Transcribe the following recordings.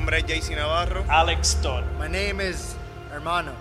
nombre es JC Navarro. Alex Todd. My name is Hermano.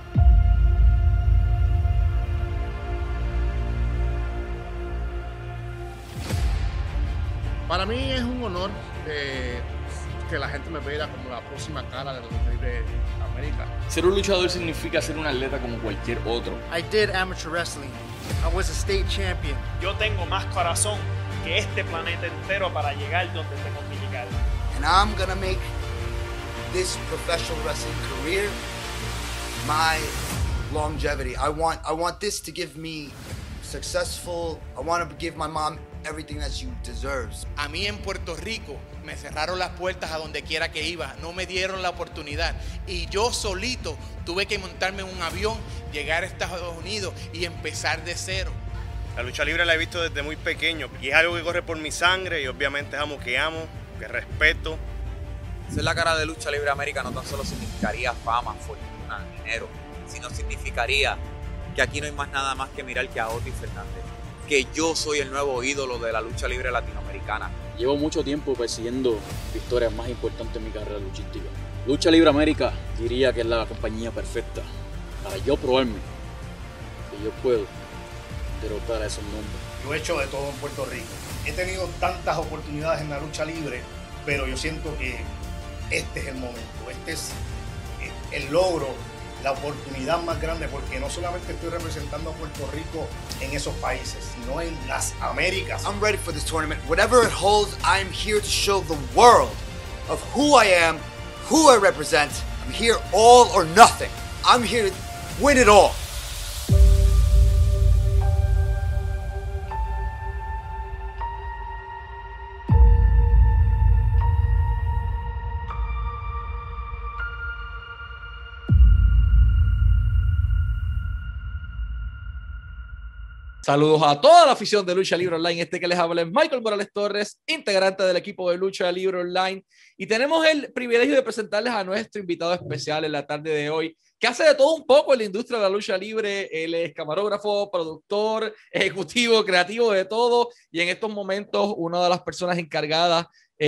Para mí es un honor que la gente me vea como la próxima cara de la lucha libre de América. Ser un luchador significa ser un atleta como cualquier otro. I did amateur wrestling. I was a state champion. Yo tengo más corazón que este planeta entero para llegar donde tengo que llegar. And I'm gonna make this professional wrestling career my longevity. I want this to give me successful. I want to give my mom everything that she deserves. A mí en Puerto Rico me cerraron las puertas a donde quiera que iba, no me dieron la oportunidad y yo solito tuve que montarme en un avión, llegar a Estados Unidos y empezar de cero. La lucha libre la he visto desde muy pequeño y es algo que corre por mi sangre y obviamente es algo que amo, que respeto. Ser la cara de Lucha Libre América no tan solo significaría fama, fortuna, dinero, sino significaría que aquí no hay más nada más que mirar que a Otis Fernández, que yo soy el nuevo ídolo de la lucha libre latinoamericana. Llevo mucho tiempo persiguiendo victorias más importantes en mi carrera luchística. Lucha Libre América diría que es la compañía perfecta para yo probarme que yo puedo derrotar a esos nombres. Yo he hecho de todo en Puerto Rico. He tenido tantas oportunidades en la lucha libre, pero yo siento que este es el momento, este es el logro, la oportunidad más grande, porque no solamente estoy representando a Puerto Rico en esos países, sino en las Américas. I'm ready for this tournament. Whatever it holds, I'm here to show the world of who I am, who I represent. I'm here all or nothing. I'm here to win it all. Saludos a toda la afición de Lucha Libre Online. Este que les habla es Michael Morales Torres, integrante del equipo de Lucha Libre Online. Y tenemos el privilegio de presentarles a nuestro invitado especial en la tarde de hoy, que hace de todo un poco en la industria de la lucha libre. Él es camarógrafo, productor, ejecutivo, creativo, de todo. Y en estos momentos, una de las personas encargadas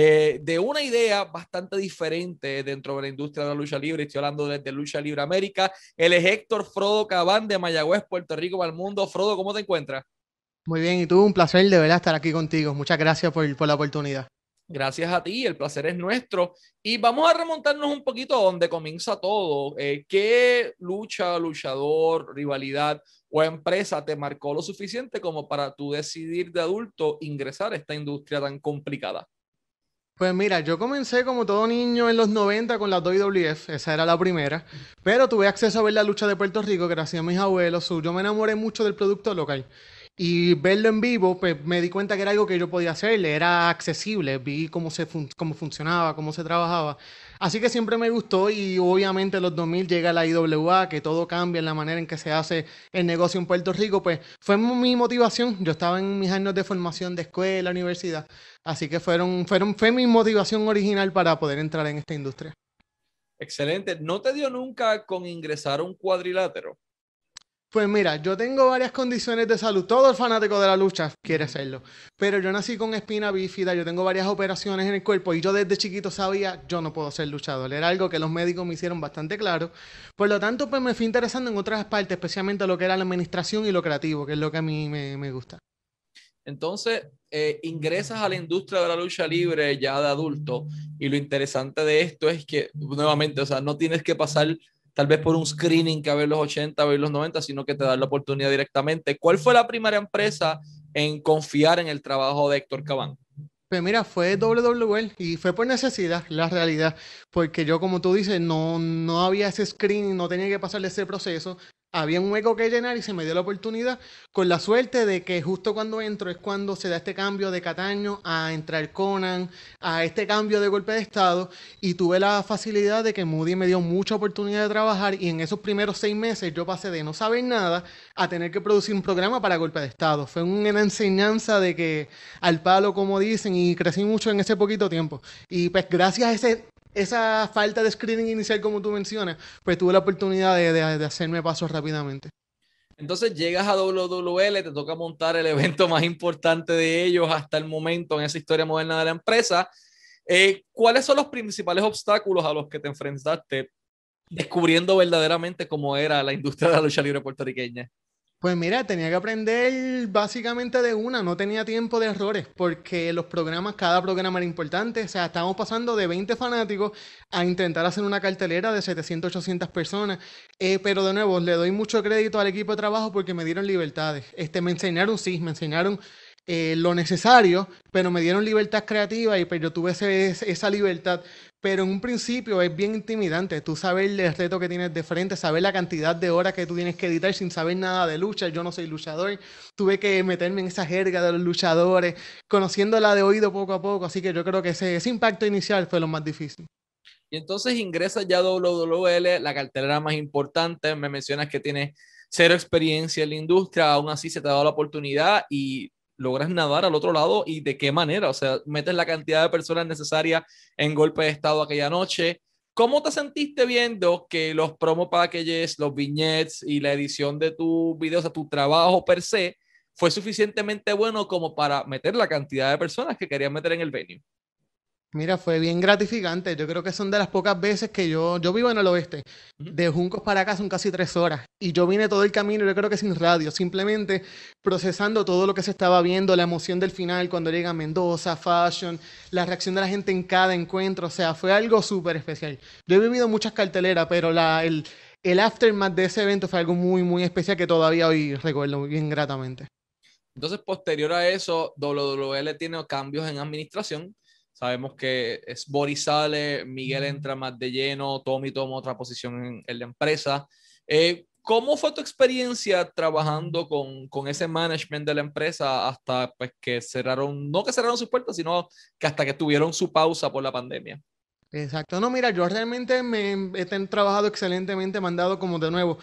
de una idea bastante diferente dentro de la industria de la lucha libre. Estoy hablando desde Lucha Libre América. Él es Héctor Frodo Cabán de Mayagüez, Puerto Rico, para el mundo. Frodo, ¿cómo te encuentras? Muy bien, y tú, un placer de verdad estar aquí contigo. Muchas gracias por la oportunidad. Gracias a ti, el placer es nuestro. Y vamos a remontarnos un poquito a donde comienza todo. ¿Qué lucha, luchador, rivalidad o empresa te marcó lo suficiente como para tú decidir de adulto ingresar a esta industria tan complicada? Pues mira, yo comencé como todo niño en los 90 con la WWF, esa era la primera, pero tuve acceso a ver la lucha de Puerto Rico gracias a mis abuelos, yo me enamoré mucho del producto local. Y verlo en vivo, pues me di cuenta que era algo que yo podía hacer, era accesible, vi cómo funcionaba, cómo se trabajaba. Así que siempre me gustó y obviamente en los 2000 llega la IWA, que todo cambia en la manera en que se hace el negocio en Puerto Rico, pues fue mi motivación. Yo estaba en mis años de formación de escuela, universidad, así que fue mi motivación original para poder entrar en esta industria. Excelente. ¿No te dio nunca con ingresar a un cuadrilátero? Pues mira, yo tengo varias condiciones de salud. Todo el fanático de la lucha quiere hacerlo. Pero yo nací con espina bífida, yo tengo varias operaciones en el cuerpo y yo desde chiquito sabía, yo no puedo ser luchador. Era algo que los médicos me hicieron bastante claro. Por lo tanto, pues me fui interesando en otras partes, especialmente lo que era la administración y lo creativo, que es lo que a mí me gusta. Entonces, ingresas a la industria de la lucha libre ya de adulto y lo interesante de esto es que, nuevamente, o sea, no tienes que pasar tal vez por un screening que ver los 80, ver los 90, sino que te dan la oportunidad directamente. ¿Cuál fue la primera empresa en confiar en el trabajo de Héctor Cabán? Pues mira, fue WWE y fue por necesidad, la realidad, porque yo, como tú dices, no había ese screening, no tenía que pasarle ese proceso. Había un hueco que llenar y se me dio la oportunidad, con la suerte de que justo cuando entro es cuando se da este cambio de Cataño a entrar Conan, a este cambio de Golpe de Estado, y tuve la facilidad de que Moody me dio mucha oportunidad de trabajar y en esos primeros 6 meses yo pasé de no saber nada a tener que producir un programa para Golpe de Estado. Fue una enseñanza de que al palo, como dicen, y crecí mucho en ese poquito tiempo. Y pues gracias a esa falta de screening inicial, como tú mencionas, pues tuve la oportunidad de hacerme pasos rápidamente. Entonces llegas a WWL, te toca montar el evento más importante de ellos hasta el momento en esa historia moderna de la empresa. ¿Cuáles son los principales obstáculos a los que te enfrentaste descubriendo verdaderamente cómo era la industria de la lucha libre puertorriqueña? Pues mira, tenía que aprender básicamente de una, no tenía tiempo de errores, porque los programas, cada programa era importante, o sea, estábamos pasando de 20 fanáticos a intentar hacer una cartelera de 700, 800 personas, pero de nuevo, le doy mucho crédito al equipo de trabajo porque me dieron libertades, me enseñaron lo necesario, pero me dieron libertad creativa y pues yo tuve esa libertad. Pero en un principio es bien intimidante. Tú sabes el reto que tienes de frente, saber la cantidad de horas que tú tienes que editar sin saber nada de lucha. Yo no soy luchador. Tuve que meterme en esa jerga de los luchadores, conociéndola de oído poco a poco. Así que yo creo que ese impacto inicial fue lo más difícil. Y entonces ingresas ya a WWL, la cartelera más importante. Me mencionas que tienes cero experiencia en la industria, aún así se te ha dado la oportunidad y logras nadar al otro lado. ¿Y de qué manera? O sea, metes la cantidad de personas necesarias en golpe de estado aquella noche. ¿Cómo te sentiste viendo que los promo packages, los vignettes y la edición de tus videos, o sea, tu trabajo per se, fue suficientemente bueno como para meter la cantidad de personas que querían meter en el venue? Mira, fue bien gratificante. Yo creo que son de las pocas veces que yo vivo en el oeste. De Juncos para acá son casi 3 horas. Y yo vine todo el camino, yo creo que sin radio, simplemente procesando todo lo que se estaba viendo, la emoción del final cuando llega Mendoza, Fashion, la reacción de la gente en cada encuentro. O sea, fue algo súper especial. Yo he vivido muchas carteleras, pero el aftermath de ese evento fue algo muy, muy especial que todavía hoy recuerdo bien gratamente. Entonces, posterior a eso, WWL tiene cambios en administración. Sabemos que es Boris sale, Miguel entra más de lleno, Tommy toma otra posición en la empresa. ¿Cómo fue tu experiencia trabajando con ese management de la empresa hasta pues, que cerraron, no que cerraron sus puertas, sino que hasta que tuvieron su pausa por la pandemia? Exacto. No, mira, yo realmente he trabajado excelentemente, me han dado como de nuevo.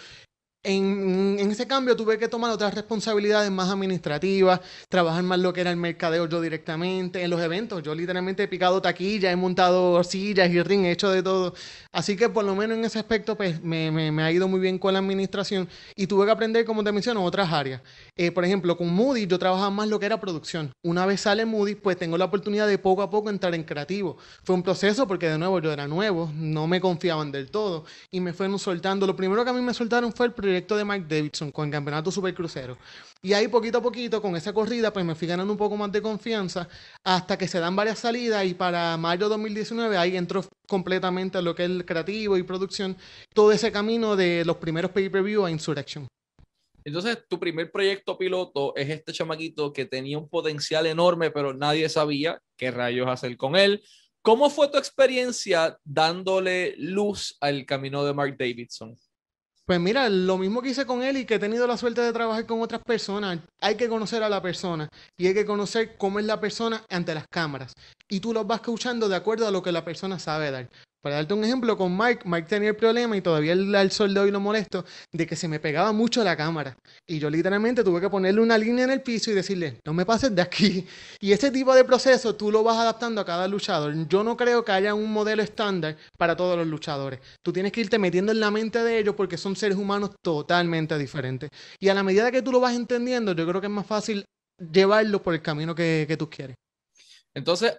En ese cambio tuve que tomar otras responsabilidades más administrativas, trabajar más lo que era el mercadeo yo directamente, en los eventos, yo literalmente he picado taquillas, he montado sillas y ring, he hecho de todo, así que por lo menos en ese aspecto pues me ha ido muy bien con la administración y tuve que aprender, como te menciono, otras áreas. Por ejemplo, con Moody yo trabajaba más lo que era producción. Una vez sale Moody, pues tengo la oportunidad de poco a poco entrar en creativo. Fue un proceso porque de nuevo yo era nuevo, no me confiaban del todo y me fueron soltando. Lo primero que a mí me soltaron fue el proyecto de Mark Davidson con el campeonato Supercrucero. Y ahí poquito a poquito, con esa corrida, pues me fui ganando un poco más de confianza hasta que se dan varias salidas y para mayo de 2019 ahí entró completamente a lo que es el creativo y producción, todo ese camino de los primeros pay-per-view a Insurrection. Entonces, tu primer proyecto piloto es este chamaquito que tenía un potencial enorme, pero nadie sabía qué rayos hacer con él. ¿Cómo fue tu experiencia dándole luz al camino de Mark Davidson? Pues mira, lo mismo que hice con él y que he tenido la suerte de trabajar con otras personas, hay que conocer a la persona y hay que conocer cómo es la persona ante las cámaras. Y tú los vas escuchando de acuerdo a lo que la persona sabe dar. Para darte un ejemplo, con Mike tenía el problema y todavía al sol de hoy lo molesto de que se me pegaba mucho la cámara. Y yo literalmente tuve que ponerle una línea en el piso y decirle, no me pases de aquí. Y ese tipo de proceso tú lo vas adaptando a cada luchador. Yo no creo que haya un modelo estándar para todos los luchadores. Tú tienes que irte metiendo en la mente de ellos porque son seres humanos totalmente diferentes. Y a la medida que tú lo vas entendiendo, yo creo que es más fácil llevarlo por el camino que tú quieres. Entonces,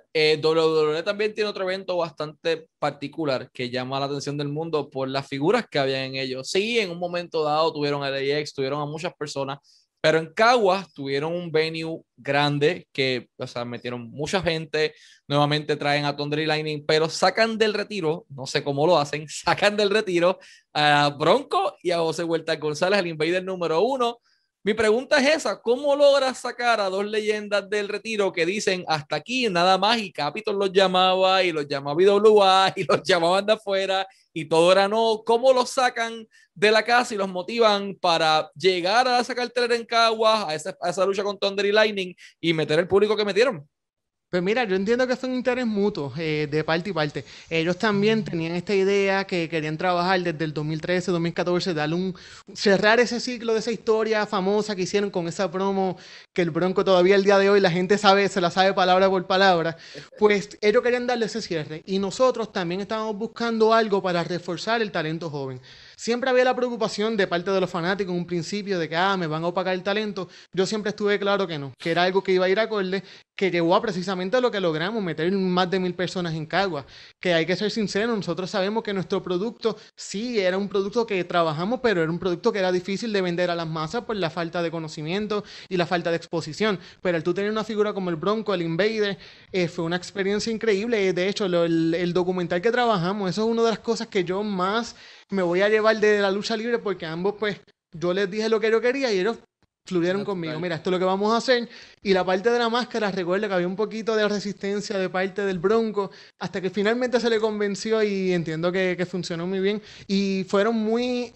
WWE también tiene otro evento bastante particular que llama la atención del mundo por las figuras que había en ellos. Sí, en un momento dado tuvieron a LAX, tuvieron a muchas personas, pero en Caguas tuvieron un venue grande que, o sea, metieron mucha gente, nuevamente traen a Thunder y Lightning, pero sacan del retiro, no sé cómo lo hacen, sacan del retiro a Bronco y a José Huerta González, el Invader número 1. Mi pregunta es esa, ¿cómo logras sacar a dos leyendas del retiro que dicen hasta aquí nada más y Capitol los llamaba y los llamaba IWA y los llamaban de afuera y todo era no? ¿Cómo los sacan de la casa y los motivan para llegar a esa cartelera en Caguas, a esa lucha con Thunder y Lightning y meter el público que metieron? Pues mira, yo entiendo que fue un interés mutuo de parte y parte. Ellos también tenían esta idea que querían trabajar desde el 2013, 2014, darle cerrar ese ciclo de esa historia famosa que hicieron con esa promo que el Bronco todavía el día de hoy la gente se la sabe palabra por palabra. Pues ellos querían darle ese cierre y nosotros también estábamos buscando algo para reforzar el talento joven. siempre había la preocupación de parte de los fanáticos en un principio de que me van a opacar el talento. Yo siempre estuve claro que no, que era algo que iba a ir acorde, que llevó a precisamente a lo que logramos, meter más de 1000 personas en Cagua. Que hay que ser sinceros, nosotros sabemos que nuestro producto sí era un producto que trabajamos, pero era un producto que era difícil de vender a las masas por la falta de conocimiento y la falta de exposición. Pero al tú tener una figura como el Bronco, el Invader, fue una experiencia increíble. De hecho, el documental que trabajamos, eso es una de las cosas que yo más me voy a llevar de la lucha libre, porque ambos, pues, yo les dije lo que yo quería y ellos fluyeron conmigo. Mira, esto es lo que vamos a hacer. Y la parte de la máscara, recuerda que había un poquito de resistencia de parte del Bronco, hasta que finalmente se le convenció y entiendo que funcionó muy bien. Y fueron muy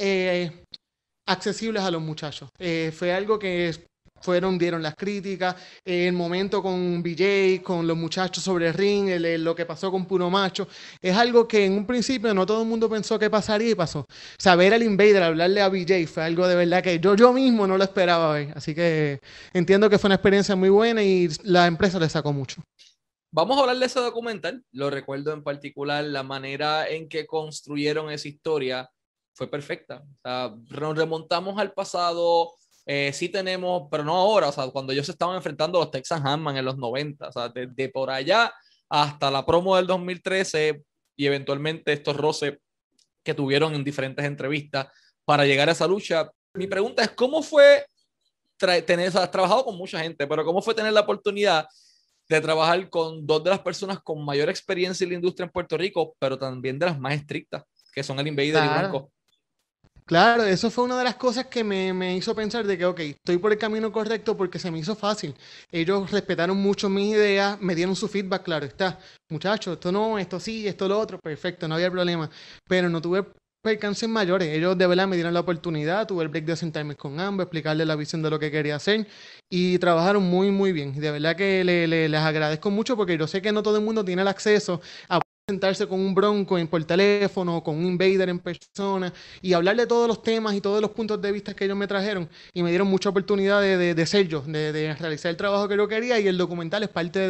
accesibles a los muchachos. Fue algo que dieron las críticas, el momento con BJ, con los muchachos sobre el ring, lo que pasó con Puro Macho, es algo que en un principio no todo el mundo pensó que pasaría y pasó. Saber al Invader, hablarle a BJ, fue algo de verdad que yo mismo no lo esperaba ver, así que entiendo que fue una experiencia muy buena y la empresa le sacó mucho. Vamos a hablar de ese documental. Lo recuerdo en particular, la manera en que construyeron esa historia fue perfecta. O sea, nos remontamos al pasado. Sí tenemos, pero no ahora, o sea, cuando ellos se estaban enfrentando a los Texas Handman en los 90, o sea, desde por allá hasta la promo del 2013 y eventualmente estos roces que tuvieron en diferentes entrevistas para llegar a esa lucha. Mi pregunta es, ¿cómo fue tener, o sea, has trabajado con mucha gente, pero cómo fue tener la oportunidad de trabajar con dos de las personas con mayor experiencia en la industria en Puerto Rico, pero también de las más estrictas, que son el Invader y Bronco? Claro, eso fue una de las cosas que me hizo pensar de que, ok, estoy por el camino correcto porque se me hizo fácil. Ellos respetaron mucho mis ideas, me dieron su feedback, claro está. Muchachos, esto no, esto sí, esto lo otro, perfecto, no había problema. Pero no tuve percances mayores. Ellos de verdad me dieron la oportunidad, tuve el break de sentarme con ambos, explicarles la visión de lo que quería hacer y trabajaron muy, muy bien. De verdad que les agradezco mucho porque yo sé que no todo el mundo tiene el acceso a sentarse con un Bronco por teléfono, con un Invader en persona y hablar de todos los temas y todos los puntos de vista que ellos me trajeron y me dieron mucha oportunidad de ser yo, de realizar el trabajo que yo quería y el documental es parte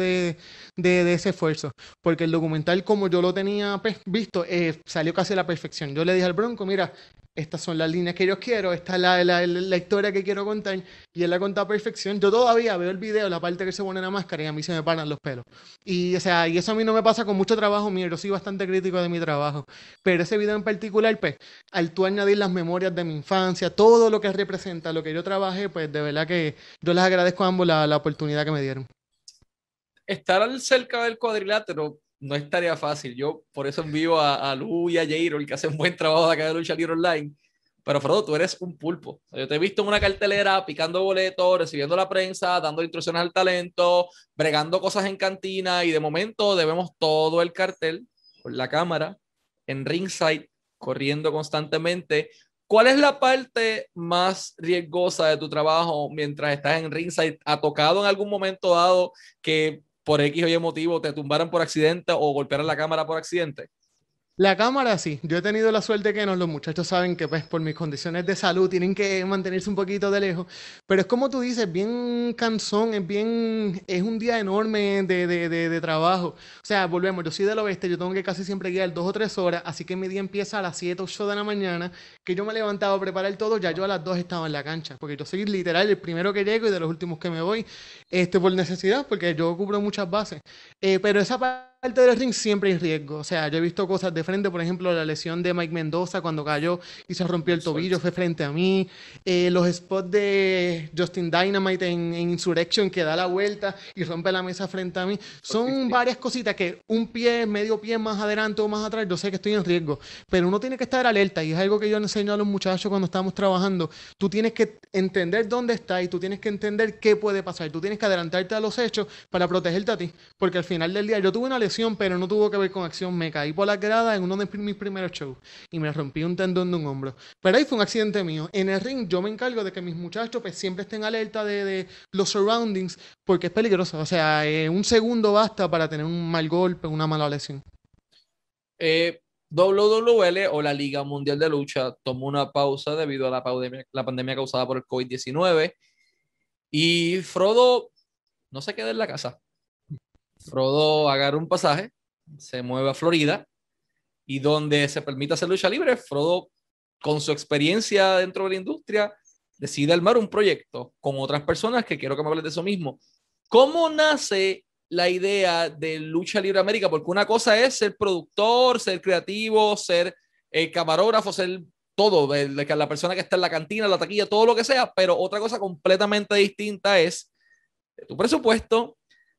de ese esfuerzo, porque el documental como yo lo tenía visto salió casi a la perfección. Yo le dije al Bronco, mira, estas son las líneas que yo quiero, esta es la historia que quiero contar y él la contó a perfección. Yo todavía veo el video, la parte que se pone la máscara y a mí se me paran los pelos. Y, o sea, y eso a mí no me pasa con mucho trabajo mío, yo soy bastante crítico de mi trabajo. Pero ese video en particular, pues, al tú añadir las memorias de mi infancia, todo lo que representa lo que yo trabajé, pues de verdad que yo les agradezco a ambos la oportunidad que me dieron. Estar cerca del cuadrilátero no es tarea fácil. Yo por eso envío a Lu y a Jairo, el que hacen buen trabajo de acá de Lucha Libre Online. Pero Frodo, tú eres un pulpo. O sea, yo te he visto en una cartelera picando boletos, recibiendo la prensa, dando instrucciones al talento, bregando cosas en cantina y de momento debemos todo el cartel con la cámara en ringside, corriendo constantemente. ¿Cuál es la parte más riesgosa de tu trabajo mientras estás en ringside? ¿Ha tocado en algún momento dado que por X o Y motivo te tumbaran por accidente o golpearan la cámara por accidente? La cámara sí, yo he tenido la suerte que los muchachos saben que pues por mis condiciones de salud tienen que mantenerse un poquito de lejos, pero es como tú dices, bien cansón, es un día enorme de trabajo. O sea, volvemos, yo soy del oeste, yo tengo que casi siempre guiar 2 o 3 horas, así que mi día empieza a las 7 o 8 de la mañana, que yo me levantaba a preparar todo, ya yo a las 2 estaba en la cancha, porque yo soy literal el primero que llego y de los últimos que me voy, por necesidad, porque yo cubro muchas bases. Pero esa parte del ring siempre hay riesgo. O sea, yo he visto cosas de frente, por ejemplo, la lesión de Mike Mendoza cuando cayó y se rompió el tobillo, fue frente a mí. Los spots de Justin Dynamite en Insurrection que da la vuelta y rompe la mesa frente a mí. Son varias cositas que un pie, medio pie más adelante o más atrás, yo sé que estoy en riesgo, pero uno tiene que estar alerta y es algo que yo enseño a los muchachos cuando estamos trabajando. Tú tienes que entender dónde estás y tú tienes que entender qué puede pasar. Tú tienes que adelantarte a los hechos para protegerte a ti, porque al final del día yo tuve una lesión, pero no tuvo que ver con acción. Me caí por la grada en uno de mis primeros shows y me rompí un tendón de un hombro. Pero ahí fue un accidente mío. En el ring yo me encargo de que mis muchachos pues siempre estén alerta de los surroundings, porque es peligroso. O sea, un segundo basta para tener un mal golpe, una mala lesión. WWL o la Liga Mundial de Lucha tomó una pausa debido a la pandemia causada por el COVID-19 y Frodo no se queda en la casa. Frodo agarra un pasaje, se mueve a Florida y donde se permite hacer lucha libre, Frodo con su experiencia dentro de la industria, decide armar un proyecto con otras personas que quiero que me hables de eso mismo. ¿Cómo nace la idea de Lucha Libre América? Porque una cosa es ser productor, ser creativo, ser camarógrafo, ser todo, la persona que está en la cantina, la taquilla, todo lo que sea, pero otra cosa completamente distinta es de tu presupuesto,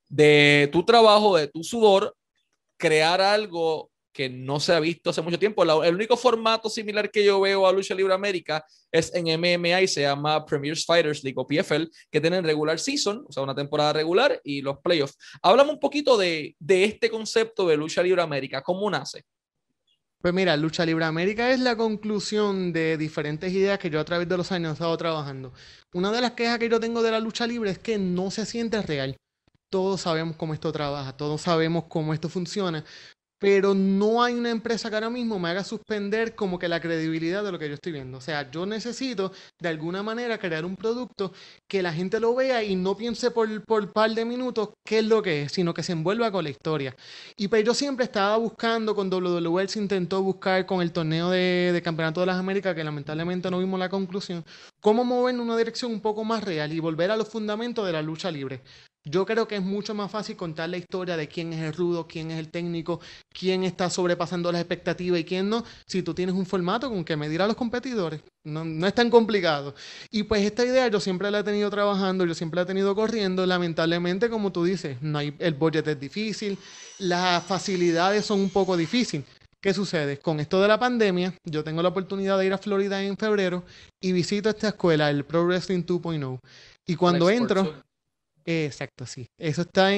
de tu trabajo, de tu sudor, crear algo que no se ha visto hace mucho tiempo. El único formato similar que yo veo a Lucha Libre América es en MMA y se llama Premier Fighters League o PFL, que tienen regular season, o sea, una temporada regular y los playoffs. Háblame un poquito de este concepto de Lucha Libre América. ¿Cómo nace? Pues mira, Lucha Libre América es la conclusión de diferentes ideas que yo a través de los años he estado trabajando. Una de las quejas que yo tengo de la lucha libre es que no se siente real. Todos sabemos cómo esto trabaja, todos sabemos cómo esto funciona, pero no hay una empresa que ahora mismo me haga suspender como que la credibilidad de lo que yo estoy viendo. O sea, yo necesito de alguna manera crear un producto que la gente lo vea y no piense por par de minutos qué es lo que es, sino que se envuelva con la historia. Y pues yo siempre estaba buscando, con WWE se intentó buscar con el torneo de Campeonato de las Américas, que lamentablemente no vimos la conclusión, cómo mover en una dirección un poco más real y volver a los fundamentos de la lucha libre. Yo creo que es mucho más fácil contar la historia de quién es el rudo, quién es el técnico, quién está sobrepasando las expectativas y quién no, si tú tienes un formato con que medir a los competidores. No es tan complicado. Y pues esta idea yo siempre la he tenido trabajando, yo siempre la he tenido corriendo. Lamentablemente, como tú dices, no hay, el budget es difícil, las facilidades son un poco difíciles. ¿Qué sucede? Con esto de la pandemia, yo tengo la oportunidad de ir a Florida en febrero y visito esta escuela, el Pro Wrestling 2.0. Y cuando entro... Exacto, sí. Eso está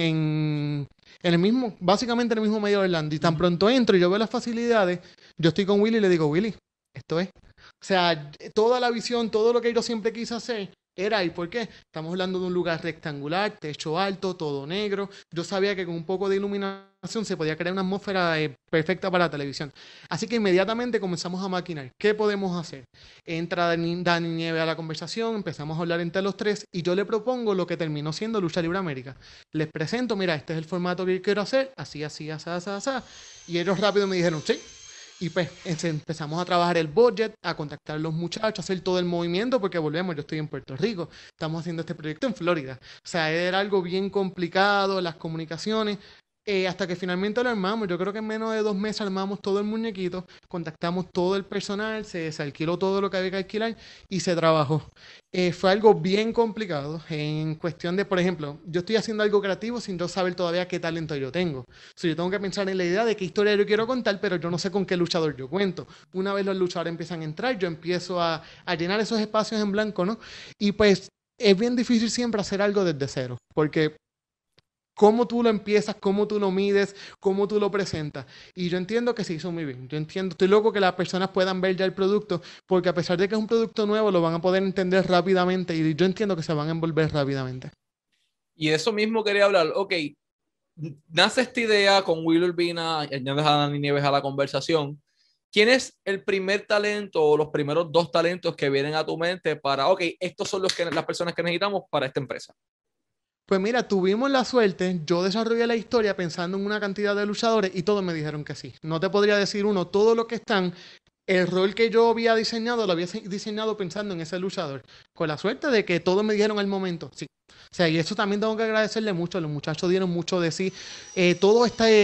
en el mismo, básicamente en el mismo medio de Orlando. Y tan pronto entro y yo veo las facilidades, yo estoy con Willy y le digo, Willy, esto es. O sea, toda la visión, todo lo que yo siempre quise hacer era ahí. ¿Por qué? Estamos hablando de un lugar rectangular, techo alto, todo negro. Yo sabía que con un poco de iluminación se podía crear una atmósfera perfecta para la televisión. Así que inmediatamente comenzamos a maquinar. ¿Qué podemos hacer? Entra Dani Nieves a la conversación, empezamos a hablar entre los tres y yo le propongo lo que terminó siendo Lucha Libre América. Les presento, mira, este es el formato que quiero hacer, así, así, así, así, así. Y ellos rápido me dijeron, sí. Y pues empezamos a trabajar el budget, a contactar a los muchachos, a hacer todo el movimiento, porque volvemos, yo estoy en Puerto Rico, estamos haciendo este proyecto en Florida. O sea, era algo bien complicado, las comunicaciones, hasta que finalmente lo armamos. Yo creo que en menos de 2 meses armamos todo el muñequito, contactamos todo el personal, se alquiló todo lo que había que alquilar y se trabajó. Fue algo bien complicado en cuestión de, por ejemplo, yo estoy haciendo algo creativo sin yo saber todavía qué talento yo tengo. O sea, yo tengo que pensar en la idea de qué historia yo quiero contar, pero yo no sé con qué luchador yo cuento. Una vez los luchadores empiezan a entrar, yo empiezo a llenar esos espacios en blanco, ¿no? Y pues es bien difícil siempre hacer algo desde cero, porque cómo tú lo empiezas, cómo tú lo mides, cómo tú lo presentas. Y yo entiendo que se hizo muy bien. Yo entiendo, estoy loco que las personas puedan ver ya el producto, porque a pesar de que es un producto nuevo, lo van a poder entender rápidamente y yo entiendo que se van a envolver rápidamente. Y de eso mismo quería hablar. Ok, nace esta idea con Will Urbina, añades a Dani Nieves a la conversación. ¿Quién es el primer talento o los primeros 2 talentos que vienen a tu mente para, ok, estos son las personas que necesitamos para esta empresa? Pues mira, tuvimos la suerte, yo desarrollé la historia pensando en una cantidad de luchadores y todos me dijeron que sí. No te podría decir uno, todo lo que están, el rol que yo había diseñado, lo había diseñado pensando en ese luchador. Con la suerte de que todos me dijeron al momento, sí. O sea, y eso también tengo que agradecerle mucho, los muchachos dieron mucho de sí. Todo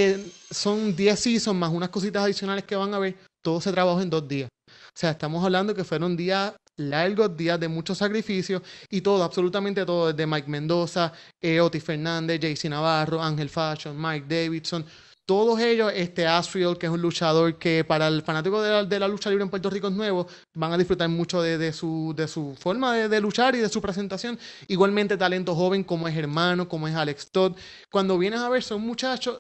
son 10 seasons más unas cositas adicionales que van a ver, todo se trabajó en 2 días. O sea, estamos hablando que fueron días largos, días de mucho sacrificio y todo, absolutamente todo, desde Mike Mendoza, Otis Fernández, JC Navarro, Ángel Fashion, Mike Davidson, todos ellos, Asriel, que es un luchador que para el fanático de la lucha libre en Puerto Rico es nuevo, van a disfrutar mucho de su forma de luchar y de su presentación. Igualmente talento joven como es Hermano, como es Alex Todd. Cuando vienes a ver, son muchachos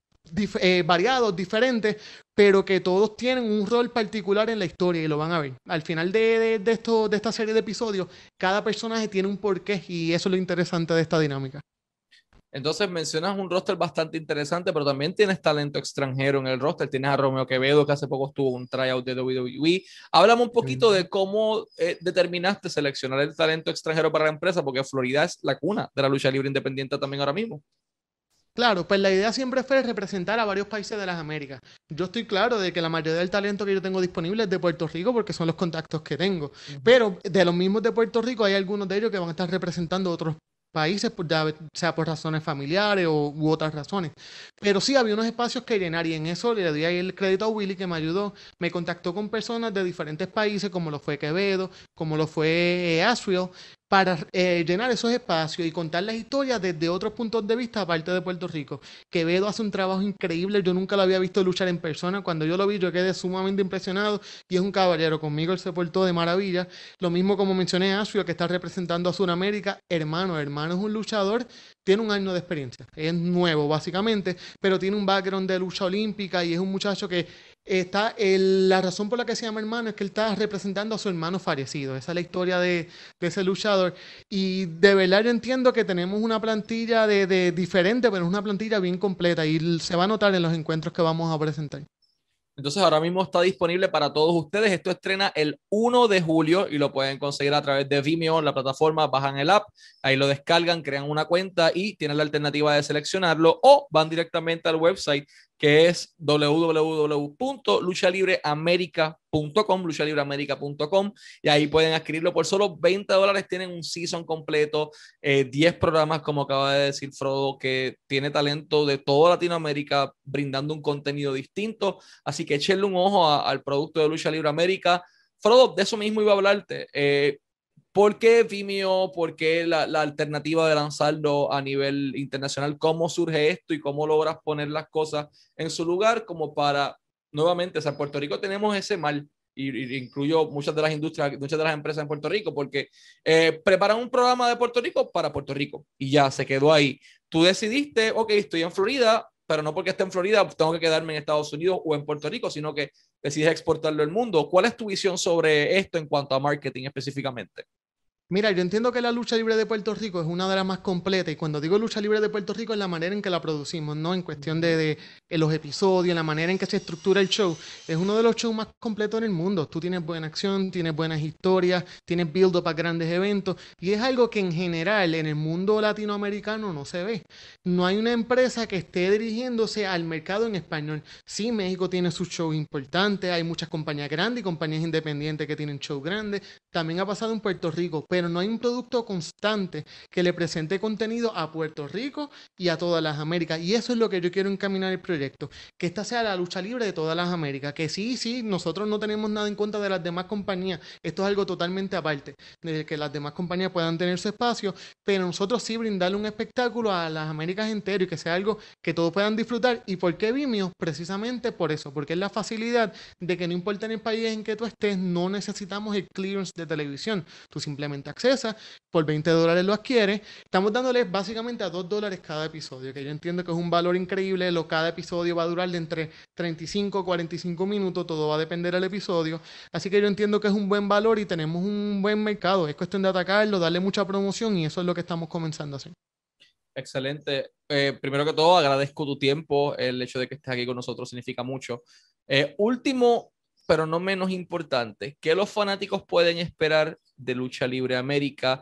variados, diferentes, pero que todos tienen un rol particular en la historia y lo van a ver. Al final de esta serie de episodios, cada personaje tiene un porqué y eso es lo interesante de esta dinámica. Entonces mencionas un roster bastante interesante, pero también tienes talento extranjero en el roster. Tienes a Romeo Quevedo, que hace poco estuvo un tryout de WWE. Háblame un poquito de cómo determinaste seleccionar el talento extranjero para la empresa, porque Florida es la cuna de la lucha libre independiente también ahora mismo. Claro, pues la idea siempre fue representar a varios países de las Américas. Yo estoy claro de que la mayoría del talento que yo tengo disponible es de Puerto Rico porque son los contactos que tengo. Pero de los mismos de Puerto Rico hay algunos de ellos que van a estar representando otros países, sea por razones familiares u otras razones. Pero sí había unos espacios que llenar y en eso le doy ahí el crédito a Willy que me ayudó. Me contactó con personas de diferentes países como lo fue Quevedo, como lo fue Asheville, para llenar esos espacios y contar las historias desde otros puntos de vista aparte de Puerto Rico. Quevedo hace un trabajo increíble, yo nunca lo había visto luchar en persona, cuando yo lo vi yo quedé sumamente impresionado y es un caballero, conmigo él se portó de maravilla. Lo mismo como mencioné a Asheville que está representando a Sudamérica, hermano es un luchador, tiene un año de experiencia, es nuevo básicamente, pero tiene un background de lucha olímpica y es un muchacho que la razón por la que se llama hermano es que él está representando a su hermano fallecido. Esa es la historia de ese luchador. Y de verdad yo entiendo que tenemos una plantilla de diferente, pero es una plantilla bien completa y se va a notar en los encuentros que vamos a presentar. Entonces ahora mismo está disponible para todos ustedes. Esto estrena el 1 de julio y lo pueden conseguir a través de Vimeo, la plataforma, bajan el app, ahí lo descargan, crean una cuenta y tienen la alternativa de seleccionarlo o van directamente al website que es www.luchalibreamerica.com y ahí pueden adquirirlo por solo $20. Tienen un season completo, 10 programas como acaba de decir Frodo, que tiene talento de toda Latinoamérica brindando un contenido distinto, así que echenle un ojo al producto de Lucha Libre América. Frodo, de eso mismo iba a hablarte. ¿Por qué Vimeo? ¿Por qué la alternativa de lanzarlo a nivel internacional? ¿Cómo surge esto y cómo logras poner las cosas en su lugar como para, nuevamente, o sea, en Puerto Rico tenemos ese mal, y incluyo muchas de las industrias, muchas de las empresas en Puerto Rico, porque preparan un programa de Puerto Rico para Puerto Rico y ya se quedó ahí. Tú decidiste, ok, estoy en Florida, pero no porque esté en Florida tengo que quedarme en Estados Unidos o en Puerto Rico, sino que decides exportarlo al mundo. ¿Cuál es tu visión sobre esto en cuanto a marketing específicamente? Mira, yo entiendo que la lucha libre de Puerto Rico es una de las más completas y cuando digo lucha libre de Puerto Rico es la manera en que la producimos, ¿no? En cuestión de los episodios, la manera en que se estructura el show. Es uno de los shows más completos en el mundo. Tú tienes buena acción, tienes buenas historias, tienes build-up a grandes eventos y es algo que en general en el mundo latinoamericano no se ve. No hay una empresa que esté dirigiéndose al mercado en español. Sí, México tiene sus shows importantes, hay muchas compañías grandes y compañías independientes que tienen shows grandes. También ha pasado en Puerto Rico, pero no hay un producto constante que le presente contenido a Puerto Rico y a todas las Américas. Y eso es lo que yo quiero encaminar el proyecto, que esta sea la lucha libre de todas las Américas. Que sí, nosotros no tenemos nada en contra de las demás compañías. Esto es algo totalmente aparte, de que las demás compañías puedan tener su espacio, pero nosotros sí brindarle un espectáculo a las Américas entero y que sea algo que todos puedan disfrutar. ¿Y por qué Vimeo? Precisamente por eso, porque es la facilidad de que no importa en el país en que tú estés, no necesitamos el clearance de televisión. Tú simplemente accesas, por $20 lo adquieres. Estamos dándole básicamente a $2 cada episodio, que yo entiendo que es un valor increíble. Cada episodio va a durar de entre 35 a 45 minutos, todo va a depender del episodio. Así que yo entiendo que es un buen valor y tenemos un buen mercado. Es cuestión de atacarlo, darle mucha promoción y eso es lo que estamos comenzando a hacer. Excelente. Primero que todo, agradezco tu tiempo. El hecho de que estés aquí con nosotros significa mucho. Último, pero no menos importante, ¿qué los fanáticos pueden esperar de Lucha Libre América?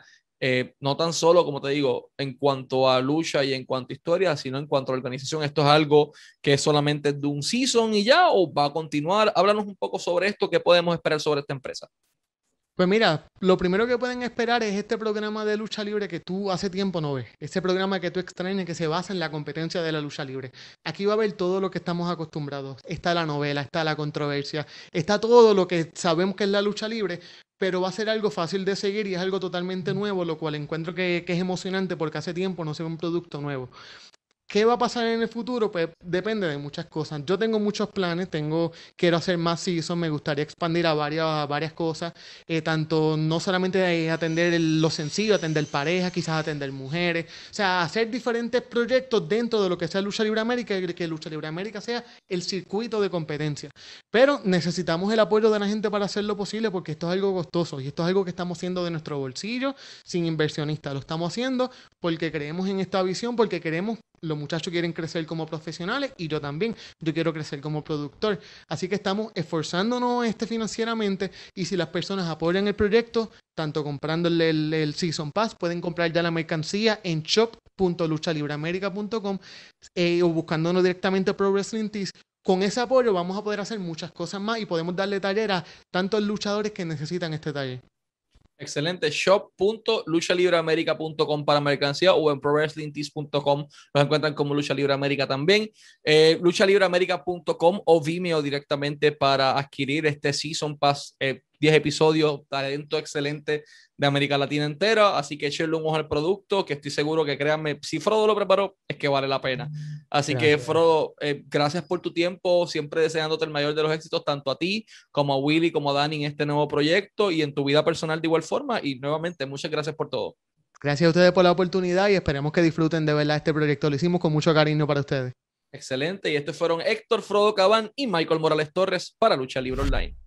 No tan solo, como te digo, en cuanto a lucha y en cuanto a historia, sino en cuanto a organización. ¿Esto es algo que solamente es de un season y ya o va a continuar? Háblanos un poco sobre esto, ¿qué podemos esperar sobre esta empresa? Pues mira, lo primero que pueden esperar es este programa de lucha libre que tú hace tiempo no ves. Ese programa que tú extrañas que se basa en la competencia de la lucha libre. Aquí va a haber todo lo que estamos acostumbrados. Está la novela, está la controversia, está todo lo que sabemos que es la lucha libre, pero va a ser algo fácil de seguir y es algo totalmente nuevo, lo cual encuentro que es emocionante porque hace tiempo no se ve un producto nuevo. ¿Qué va a pasar en el futuro? Pues depende de muchas cosas. Yo tengo muchos planes, quiero hacer más seasons, me gustaría expandir a varias cosas, tanto no solamente atender lo sencillo, atender parejas, quizás atender mujeres, o sea, hacer diferentes proyectos dentro de lo que sea Lucha Libre América y que Lucha Libre América sea el circuito de competencia. Pero necesitamos el apoyo de la gente para hacerlo posible porque esto es algo costoso y esto es algo que estamos haciendo de nuestro bolsillo, sin inversionistas. Lo estamos haciendo porque creemos en esta visión, porque queremos. Los muchachos quieren crecer como profesionales y yo también. Yo quiero crecer como productor. Así que estamos esforzándonos financieramente y si las personas apoyan el proyecto, tanto comprando el Season Pass, pueden comprar ya la mercancía en Shop www.luchalibreamerica.com o buscándonos directamente Pro Wrestling Tees. Con ese apoyo vamos a poder hacer muchas cosas más y podemos darle taller a tantos luchadores que necesitan este taller. Excelente. Shop.luchalibreamerica.com para mercancía o en prowrestlingtees.com los encuentran como Lucha Libre América también. Luchalibreamerica.com o Vimeo directamente para adquirir este Season Pass, 10 episodios, talento excelente de América Latina entera, así que échenle un ojo al producto, que estoy seguro que, créanme, si Frodo lo preparó, es que vale la pena. Así Gracias. que, Frodo, gracias por tu tiempo, siempre deseándote el mayor de los éxitos, tanto a ti, como a Willy, como a Dani en este nuevo proyecto y en tu vida personal de igual forma, y nuevamente, muchas gracias por todo. Gracias a ustedes por la oportunidad y esperemos que disfruten de verdad este proyecto. Lo hicimos con mucho cariño para ustedes. Excelente, y estos fueron Héctor Frodo Cabán y Michael Morales Torres para Lucha Libre Online.